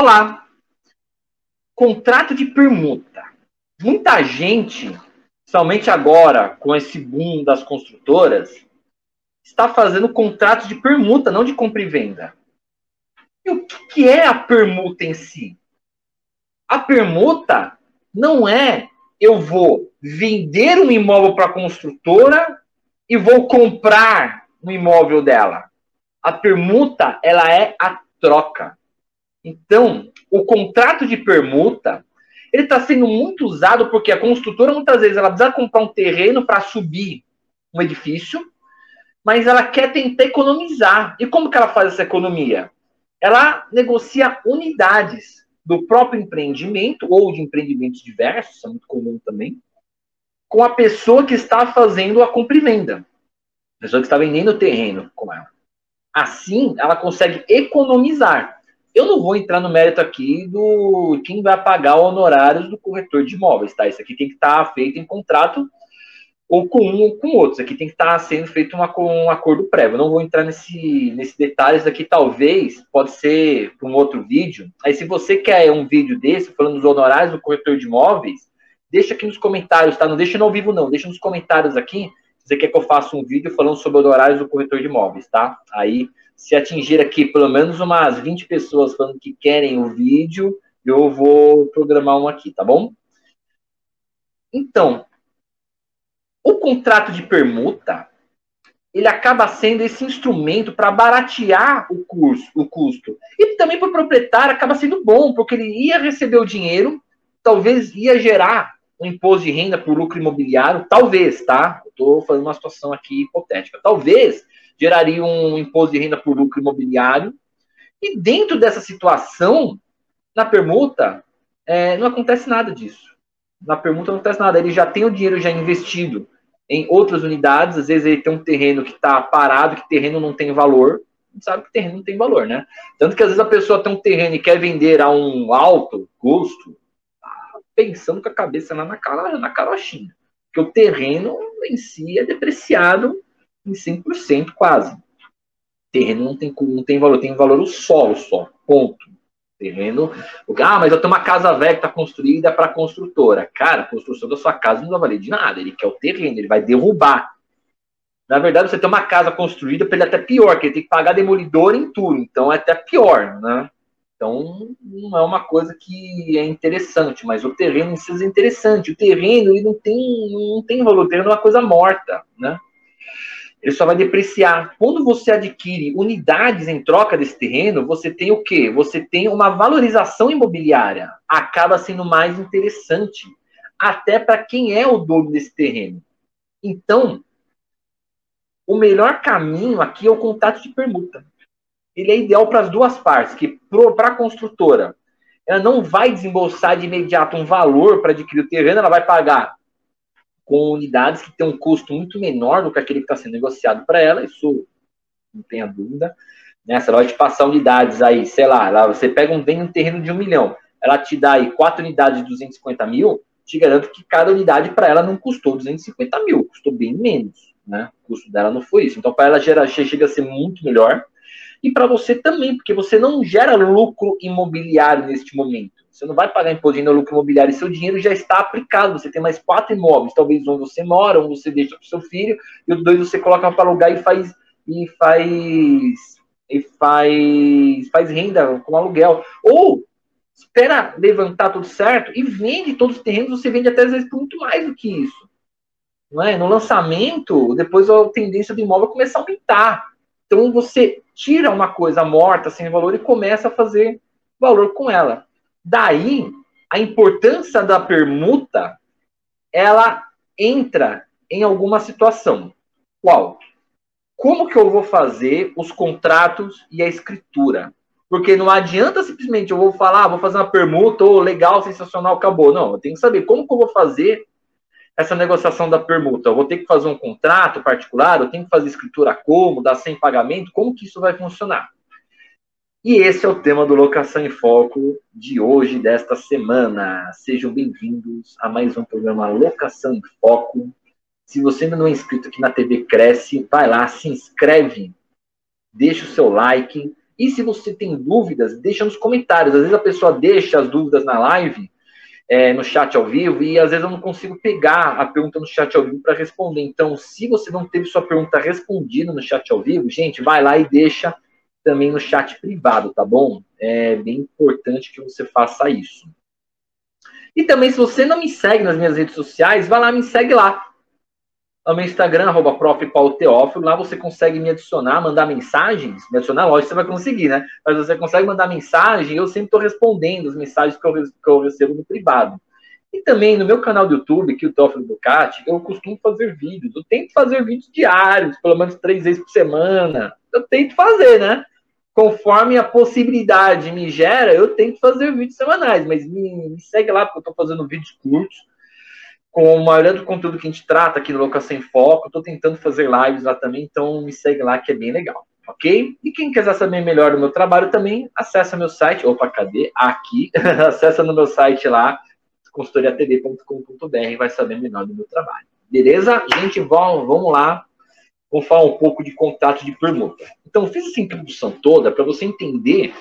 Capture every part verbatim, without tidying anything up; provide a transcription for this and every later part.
Olá! Contrato de permuta. Muita gente, somente agora, com esse boom das construtoras, está fazendo contrato de permuta, não de compra e venda. E o que é a permuta em si? A permuta não é eu vou vender um imóvel para a construtora e vou comprar um imóvel dela. A permuta, ela é a troca. Então, o contrato de permuta, ele está sendo muito usado porque a construtora, muitas vezes, ela precisa comprar um terreno para subir um edifício, mas ela quer tentar economizar. E como que ela faz essa economia? Ela negocia unidades do próprio empreendimento, ou de empreendimentos diversos, isso é muito comum também, com a pessoa que está fazendo a compra e venda. A pessoa que está vendendo o terreno com ela. Assim, ela consegue economizar. Eu não vou entrar no mérito aqui do quem vai pagar honorários do corretor de imóveis, tá? Isso aqui tem que estar feito em contrato ou com um ou com outro. Isso aqui tem que estar sendo feito uma, um acordo prévio. Eu não vou entrar nesse, nesse detalhes aqui, talvez, pode ser para um outro vídeo. Aí, se você quer um vídeo desse, falando dos honorários do corretor de imóveis, deixa aqui nos comentários, tá? Não deixa no ao vivo, não. Deixa nos comentários aqui, se você quer que eu faça um vídeo falando sobre honorários do corretor de imóveis, tá? Aí, se atingir aqui pelo menos umas vinte pessoas falando que querem o vídeo, eu vou programar um aqui, tá bom? Então, o contrato de permuta, ele acaba sendo esse instrumento para baratear o, curso, o custo. E também para o proprietário acaba sendo bom, porque ele ia receber o dinheiro, talvez ia gerar um imposto de renda por lucro imobiliário, talvez, tá? Eu estou fazendo uma situação aqui hipotética. Talvez geraria um imposto de renda por lucro imobiliário. E dentro dessa situação, na permuta, é, não acontece nada disso. Na permuta não acontece nada. Ele já tem o dinheiro já investido em outras unidades. Às vezes ele tem um terreno que está parado, que terreno não tem valor. Não sabe que terreno não tem valor, né? Tanto que às vezes a pessoa tem um terreno e quer vender a um alto custo, tá pensando com a cabeça lá na, cara, na carochinha. Porque o terreno em si é depreciado em cem por cento quase. Terreno não tem, não tem valor, tem valor o solo só, ponto. Terreno, ah, mas eu tenho uma casa velha que está construída para a construtora. Cara, a construção da sua casa não vai valer de nada, ele quer o terreno, ele vai derrubar. Na verdade, você tem uma casa construída, para ele é até pior, que ele tem que pagar demolidor em tudo, então é até pior, né? Então, não é uma coisa que é interessante, mas o terreno em si é interessante. O terreno, ele não tem, não tem valor, o terreno é uma coisa morta, né? Ele só vai depreciar. Quando você adquire unidades em troca desse terreno, você tem o quê? Você tem uma valorização imobiliária. Acaba sendo mais interessante, até para quem é o dono desse terreno. Então, o melhor caminho aqui é o contrato de permuta. Ele é ideal para as duas partes, que para a construtora, ela não vai desembolsar de imediato um valor para adquirir o terreno, ela vai pagar com unidades que têm um custo muito menor do que aquele que está sendo negociado para ela, isso não tenha dúvida, né? Se ela vai te passar unidades aí, sei lá, ela, você pega um, vem um terreno de um milhão, ela te dá aí quatro unidades de duzentos e cinquenta mil, te garanto que cada unidade para ela não custou duzentos e cinquenta mil, custou bem menos, né? O custo dela não foi isso. Então, para ela gera, chega a ser muito melhor. E para você também, porque você não gera lucro imobiliário neste momento. Você não vai pagar imposto de renda no lucro imobiliário, seu dinheiro já está aplicado. Você tem mais quatro imóveis, talvez um você mora, um você deixa para o seu filho, e os dois você coloca para alugar e faz e faz e faz faz renda com aluguel. Ou espera levantar tudo certo e vende todos os terrenos, você vende até às vezes por muito mais do que isso. Não é? No lançamento, depois a tendência do imóvel começa a aumentar. Então você tira uma coisa morta, sem valor, e começa a fazer valor com ela. Daí, a importância da permuta, ela entra em alguma situação. Qual? Como que eu vou fazer os contratos e a escritura? Porque não adianta simplesmente eu vou falar, ah, vou fazer uma permuta, ou oh, legal, sensacional, acabou. Não, eu tenho que saber como que eu vou fazer essa negociação da permuta. Eu vou ter que fazer um contrato particular, eu tenho que fazer escritura como, dar sem pagamento, como que isso vai funcionar? E esse é o tema do Locação em Foco de hoje, desta semana. Sejam bem-vindos a mais um programa Locação em Foco. Se você ainda não é inscrito aqui na T V Cresce, vai lá, se inscreve, deixa o seu like, E se você tem dúvidas, deixa nos comentários. Às vezes a pessoa deixa as dúvidas na live, é, no chat ao vivo, e às vezes eu não consigo pegar a pergunta no chat ao vivo para responder. Então, se você não teve sua pergunta respondida no chat ao vivo, gente, vai lá e deixa também no chat privado, tá bom? É bem importante que você faça isso. E também, se você não me segue nas minhas redes sociais, vai lá, me segue lá. No meu Instagram, arroba prof Paulo Teófilo, lá você consegue me adicionar, mandar mensagens, me adicionar, lógico, você vai conseguir, né? Mas você consegue mandar mensagem, eu sempre estou respondendo as mensagens que eu, que eu recebo no privado. E também no meu canal do YouTube, que é o Teófilo Ducati, eu costumo fazer vídeos. Eu tento fazer vídeos diários, pelo menos três vezes por semana. Eu tento fazer, né? Conforme a possibilidade me gera, eu tento fazer vídeos semanais, mas me, me segue lá, porque eu estou fazendo vídeos curtos, com a maioria do conteúdo que a gente trata aqui no Locação em Foco. Eu estou tentando fazer lives lá também, então me segue lá que é bem legal, ok? E quem quiser saber melhor do meu trabalho também, acessa meu site, opa, cadê? Aqui, acessa no meu site lá, consultoria t v ponto com ponto b r, vai saber melhor do meu trabalho. Beleza? Gente, vamos, vamos lá, vamos falar um pouco de contrato de permuta. Então, fiz essa introdução toda para você entender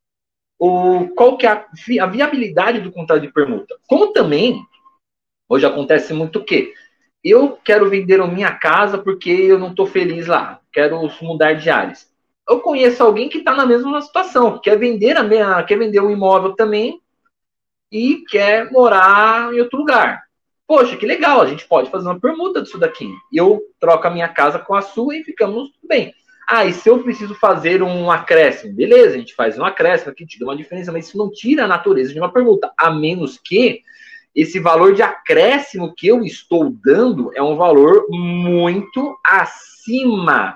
o, qual que é a, a viabilidade do contrato de permuta. Como também hoje acontece muito o quê? Eu quero vender a minha casa porque eu não estou feliz lá. Quero mudar de áreas. Eu conheço alguém que está na mesma situação. Quer vender, a minha, quer vender um imóvel também e quer morar em outro lugar. Poxa, que legal. A gente pode fazer uma permuta disso daqui. Eu troco a minha casa com a sua e ficamos tudo bem. Ah, e se eu preciso fazer um acréscimo? Beleza, a gente faz um acréscimo aqui, tira uma diferença, mas isso não tira a natureza de uma permuta. A menos que esse valor de acréscimo que eu estou dando é um valor muito acima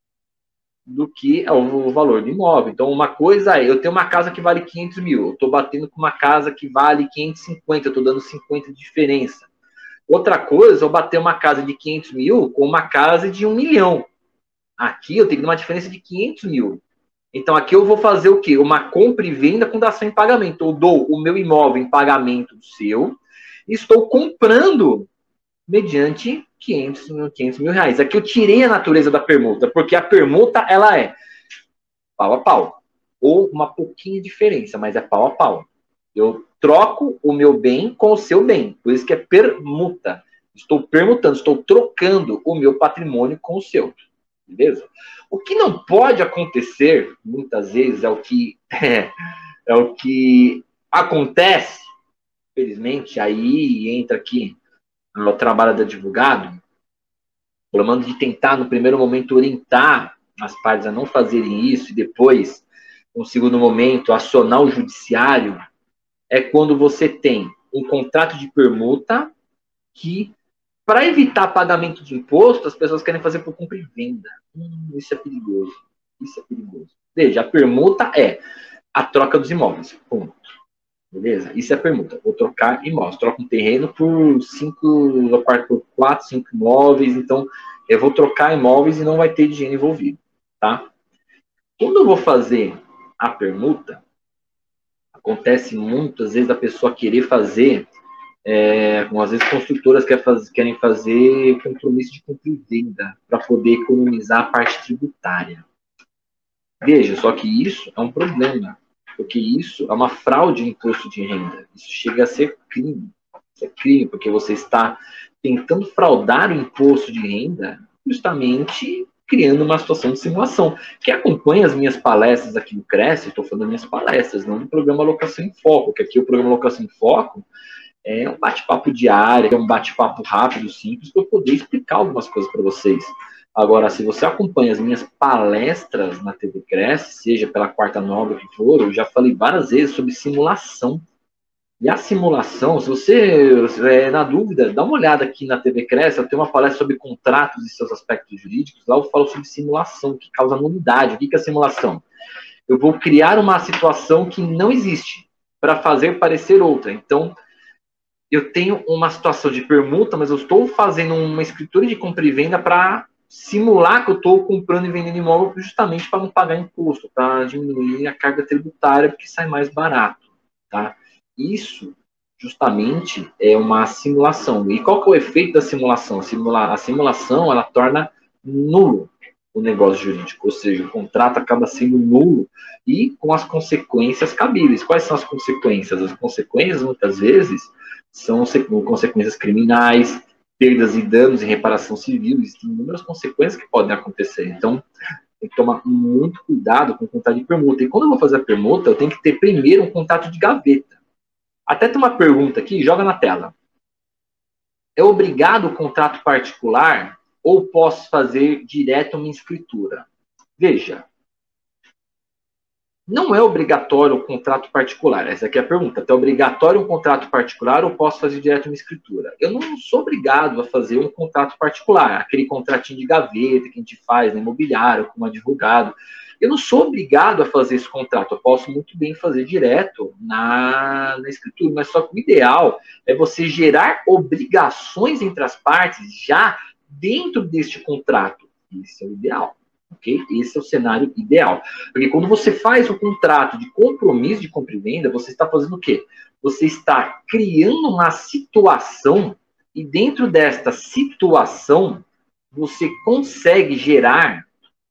do que é o valor do imóvel. Então, uma coisa é, eu tenho uma casa que vale quinhentos mil, eu estou batendo com uma casa que vale quinhentos e cinquenta, eu estou dando cinquenta de diferença. Outra coisa, eu bater uma casa de quinhentos mil com uma casa de um milhão. Aqui eu tenho uma diferença de quinhentos mil. Então, aqui eu vou fazer o quê? Uma compra e venda com dação em pagamento. Eu dou o meu imóvel em pagamento do seu, estou comprando mediante quinhentos mil reais. Aqui eu tirei a natureza da permuta, porque a permuta, ela é pau a pau. Ou uma pouquinha diferença, mas é pau a pau. Eu troco o meu bem com o seu bem. Por isso que é permuta. Estou permutando, estou trocando o meu patrimônio com o seu. Beleza? O que não pode acontecer, muitas vezes, é o que, é, é o que acontece. Felizmente, aí entra aqui no trabalho do advogado, pelo menos de tentar, no primeiro momento, orientar as partes a não fazerem isso e depois, no segundo momento, acionar o judiciário, é quando você tem um contrato de permuta que, para evitar pagamento de imposto, as pessoas querem fazer por compra e venda. Hum, isso é perigoso. Isso é perigoso. Veja, a permuta é a troca dos imóveis. Ponto. Beleza? Isso é permuta. Vou trocar imóveis. Troco um terreno por cinco, eu parto por quatro, cinco imóveis. Então, eu vou trocar imóveis e não vai ter dinheiro envolvido. Tá? Quando eu vou fazer a permuta, acontece muitas vezes a pessoa querer fazer, é, às vezes construtoras querem fazer compromisso de compra e venda para poder economizar a parte tributária. Veja, só que isso é um problema. Porque isso é uma fraude de imposto de renda. Isso chega a ser crime. Isso é crime, porque você está tentando fraudar o imposto de renda justamente criando uma situação de simulação. Quem acompanha as minhas palestras aqui no Cresce, estou falando das minhas palestras, não do programa Locação em Foco, que aqui o programa Locação em Foco é um bate-papo diário, é um bate-papo rápido, simples, para eu poder explicar algumas coisas para vocês. Agora, se você acompanha as minhas palestras na T V Cresce, seja pela Quarta Nova que for, eu já falei várias vezes sobre simulação. E a simulação, se você é na dúvida, dá uma olhada aqui na T V Cresce, eu tenho uma palestra sobre contratos e seus aspectos jurídicos, lá eu falo sobre simulação, que causa nulidade. O que é simulação? Eu vou criar uma situação que não existe, para fazer parecer outra. Então, eu tenho uma situação de permuta, mas eu estou fazendo uma escritura de compra e venda para simular que eu estou comprando e vendendo imóvel justamente para não pagar imposto, para diminuir a carga tributária, porque sai mais barato, tá? Isso, justamente, é uma simulação. E qual que é o efeito da simulação? A simulação, ela torna nulo o negócio jurídico, ou seja, o contrato acaba sendo nulo e com as consequências cabíveis. Quais são as consequências? As consequências, muitas vezes, são consequências criminais, perdas e danos em reparação civil, existem inúmeras consequências que podem acontecer. Então, tem que tomar muito cuidado com o contrato de permuta. E quando eu vou fazer a permuta, eu tenho que ter primeiro um contrato de gaveta. Até tem uma pergunta aqui, joga na tela. É obrigado o contrato particular ou posso fazer direto uma escritura? Veja, não é obrigatório o contrato particular. Essa aqui é a pergunta. É obrigatório um contrato particular ou posso fazer direto uma escritura? Eu não sou obrigado a fazer um contrato particular, aquele contratinho de gaveta que a gente faz no imobiliário, como advogado. Eu não sou obrigado a fazer esse contrato. Eu posso muito bem fazer direto na, na escritura, mas só que o ideal é você gerar obrigações entre as partes já dentro deste contrato. Isso é o ideal. Okay? Esse é o cenário ideal. Porque quando você faz o contrato de compromisso de compra e venda, você está fazendo o quê? Você está criando uma situação e dentro desta situação você consegue gerar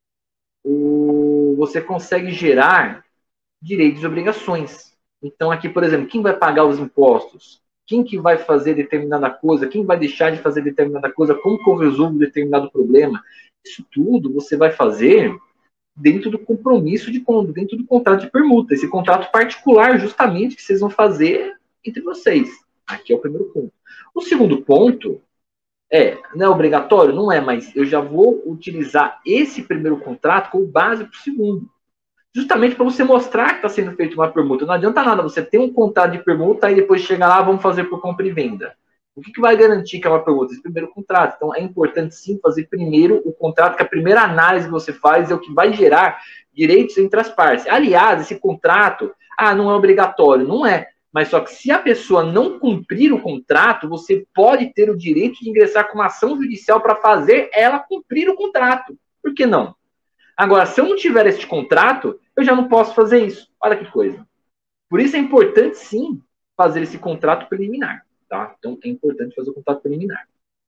o... você consegue gerar direitos e obrigações. Então aqui, por exemplo, quem vai pagar os impostos? Quem que vai fazer determinada coisa? Quem vai deixar de fazer determinada coisa? Como que eu resolvo determinado problema? Isso tudo você vai fazer dentro do compromisso, de dentro do contrato de permuta. Esse contrato particular, justamente, que vocês vão fazer entre vocês. Aqui é o primeiro ponto. O segundo ponto é, não é obrigatório? Não é, mas eu já vou utilizar esse primeiro contrato como base para o segundo. Justamente para você mostrar que está sendo feita uma permuta. Não adianta nada você ter um contrato de permuta e depois chegar lá, vamos fazer por compra e venda. O que, que vai garantir que é uma permuta? Esse primeiro contrato. Então, é importante, sim, fazer primeiro o contrato, que a primeira análise que você faz é o que vai gerar direitos entre as partes. Aliás, esse contrato, ah, não é obrigatório. Não é. Mas só que se a pessoa não cumprir o contrato, você pode ter o direito de ingressar com uma ação judicial para fazer ela cumprir o contrato. Por que não? Agora, se eu não tiver este contrato, eu já não posso fazer isso. Olha que coisa. Por isso é importante, sim, fazer esse contrato preliminar. Tá? Então, é importante fazer o contrato preliminar.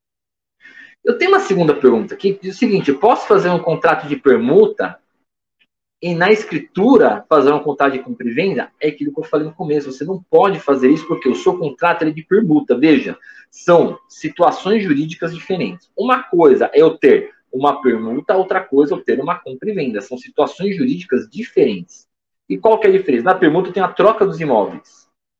Eu tenho uma segunda pergunta aqui, que diz o seguinte, eu posso fazer um contrato de permuta e na escritura fazer um contrato de compra e venda? É aquilo que eu falei no começo, você não pode fazer isso porque o seu contrato é de permuta. Veja, são situações jurídicas diferentes. Uma coisa é eu ter uma permuta, outra coisa é eu ter uma compra e venda. São situações jurídicas diferentes. E qual que é a diferença? Na permuta tem a troca dos imóveis.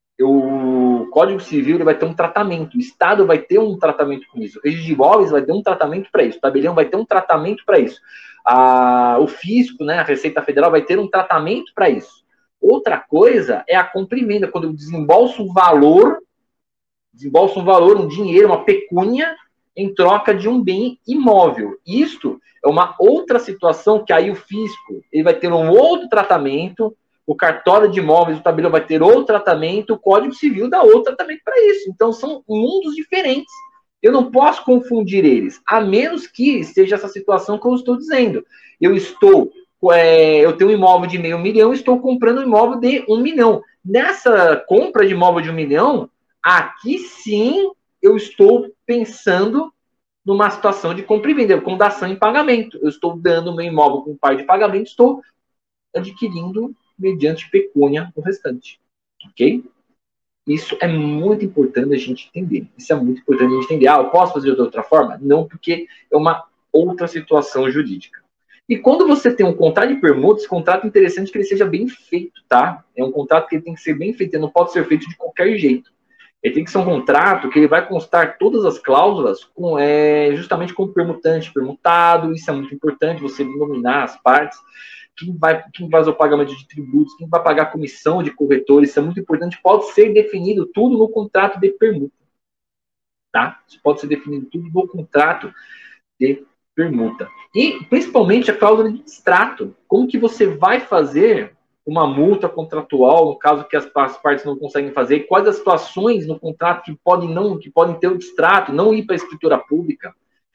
O Código Civil ele vai ter um tratamento, o Estado vai ter um tratamento com isso, o registro de imóveis vai ter um tratamento para isso, o tabelião vai ter um tratamento para isso, a, o fisco, né, a Receita Federal vai ter um tratamento para isso. Outra coisa é a compra e venda, quando eu desembolso um valor, desembolso um valor, um dinheiro, uma pecúnia, em troca de um bem imóvel. Isto é uma outra situação que aí o fisco ele vai ter um outro tratamento, o cartório de imóveis, o tabelião vai ter outro tratamento, o Código Civil dá outro tratamento para isso. Então, são mundos diferentes. Eu não posso confundir eles, a menos que seja essa situação que eu estou dizendo. Eu estou, é, eu tenho um imóvel de meio milhão, estou comprando um imóvel de um milhão. Nessa compra de imóvel de um milhão, aqui sim eu estou pensando numa situação de compra e venda, com dação em pagamento. Eu estou dando meu imóvel com par de pagamento, estou adquirindo mediante pecúnia o restante. Ok? Isso é muito importante a gente entender. Isso é muito importante a gente entender. Ah, eu posso fazer de outra forma? Não, porque é uma outra situação jurídica. E quando você tem um contrato de permuta, esse contrato é interessante que ele seja bem feito, tá? É um contrato que ele tem que ser bem feito, ele não pode ser feito de qualquer jeito. Ele tem que ser um contrato que ele vai constar todas as cláusulas com, é, justamente com o permutante, permutado. Isso é muito importante, você nominar as partes. Quem vai, quem vai fazer o pagamento de tributos, quem vai pagar a comissão de corretores, isso é muito importante, pode ser definido tudo no contrato de permuta. Tá? Isso pode ser definido tudo no contrato de permuta. E, principalmente, a cláusula de distrato. Como que você vai fazer uma multa contratual, no caso que as, as partes não conseguem fazer? Quais as situações no contrato que podem, não, que podem ter o distrato, não ir para a escritura pública?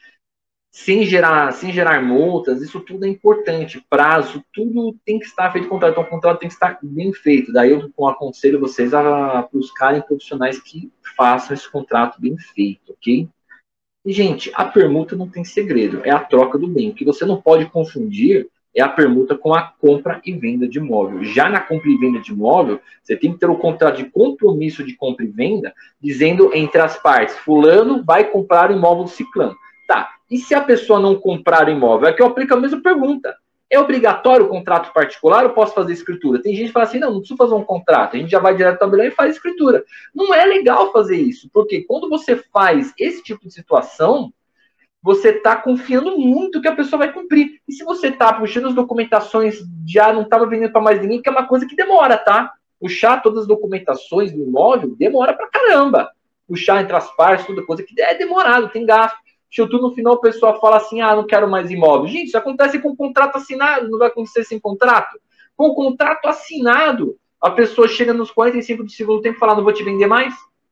Sem gerar, sem gerar multas, isso tudo é importante. Prazo, tudo tem que estar feito contrato. Então, o contrato tem que estar bem feito. Daí eu aconselho vocês a buscarem profissionais que façam esse contrato bem feito, ok? E, gente, a permuta não tem segredo, é a troca do bem. O que você não pode confundir é a permuta com a compra e venda de imóvel. Já na compra e venda de imóvel, você tem que ter o contrato de compromisso de compra e venda, dizendo entre as partes, fulano vai comprar o imóvel do ciclano. Tá, e se a pessoa não comprar o imóvel? É que eu aplico a mesma pergunta. É obrigatório o contrato particular ou posso fazer escritura? Tem gente que fala assim, não, não preciso fazer um contrato, a gente já vai direto ao tabelião e faz escritura. Não é legal fazer isso, porque quando você faz esse tipo de situação, você está confiando muito que a pessoa vai cumprir. E se você está puxando as documentações, já não estava vendendo para mais ninguém, que é uma coisa que demora, tá? Puxar todas as documentações do imóvel demora pra caramba. Puxar entre as partes, toda coisa que é demorado, tem gasto. Chutu, no final o pessoal fala assim, ah, não quero mais imóvel. Gente, isso acontece com contrato assinado, não vai acontecer sem contrato. Com contrato assinado, a pessoa chega nos quarenta e cinco de segundo tempo e fala, não vou te vender mais.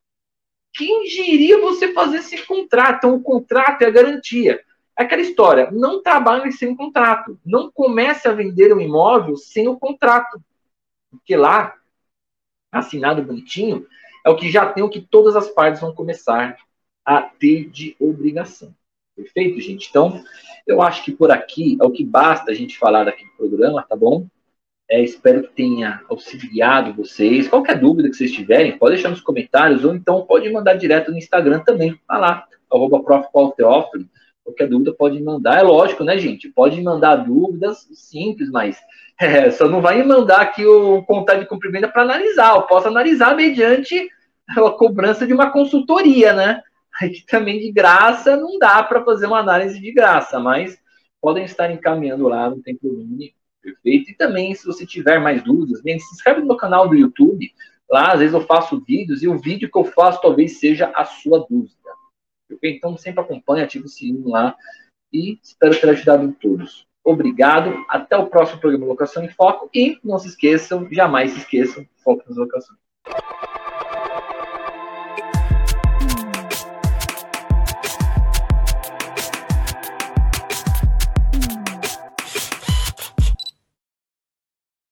Quem diria você fazer esse contrato? Então, o contrato é a garantia. Aquela história, não trabalhe sem contrato. Não comece a vender um imóvel sem o contrato. Porque lá, assinado bonitinho, é o que já tem o que todas as partes vão começar a ter de obrigação. Perfeito, gente? Então, eu acho que por aqui é o que basta a gente falar daqui do programa, tá bom? É, espero que tenha auxiliado vocês. Qualquer dúvida que vocês tiverem, pode deixar nos comentários ou então pode mandar direto no Instagram também. Vai lá, arroba prof Paulo Teófilo. Qualquer dúvida pode mandar. É lógico, né, gente? Pode mandar dúvidas simples, mas é, só não vai mandar aqui o contrato de cumprimento para analisar. Eu posso analisar mediante a cobrança de uma consultoria, né? Aí também de graça não dá para fazer uma análise de graça, mas podem estar encaminhando lá, não tem problema nenhum. Perfeito? E também, se você tiver mais dúvidas, bem, se inscreve no meu canal do YouTube. Lá, às vezes, eu faço vídeos e o vídeo que eu faço talvez seja a sua dúvida. Perfeito? Então, sempre acompanhe, ative o sininho lá e espero ter ajudado em todos. Obrigado. Até o próximo programa Locação em Foco. E não se esqueçam, jamais se esqueçam, foco nas locações.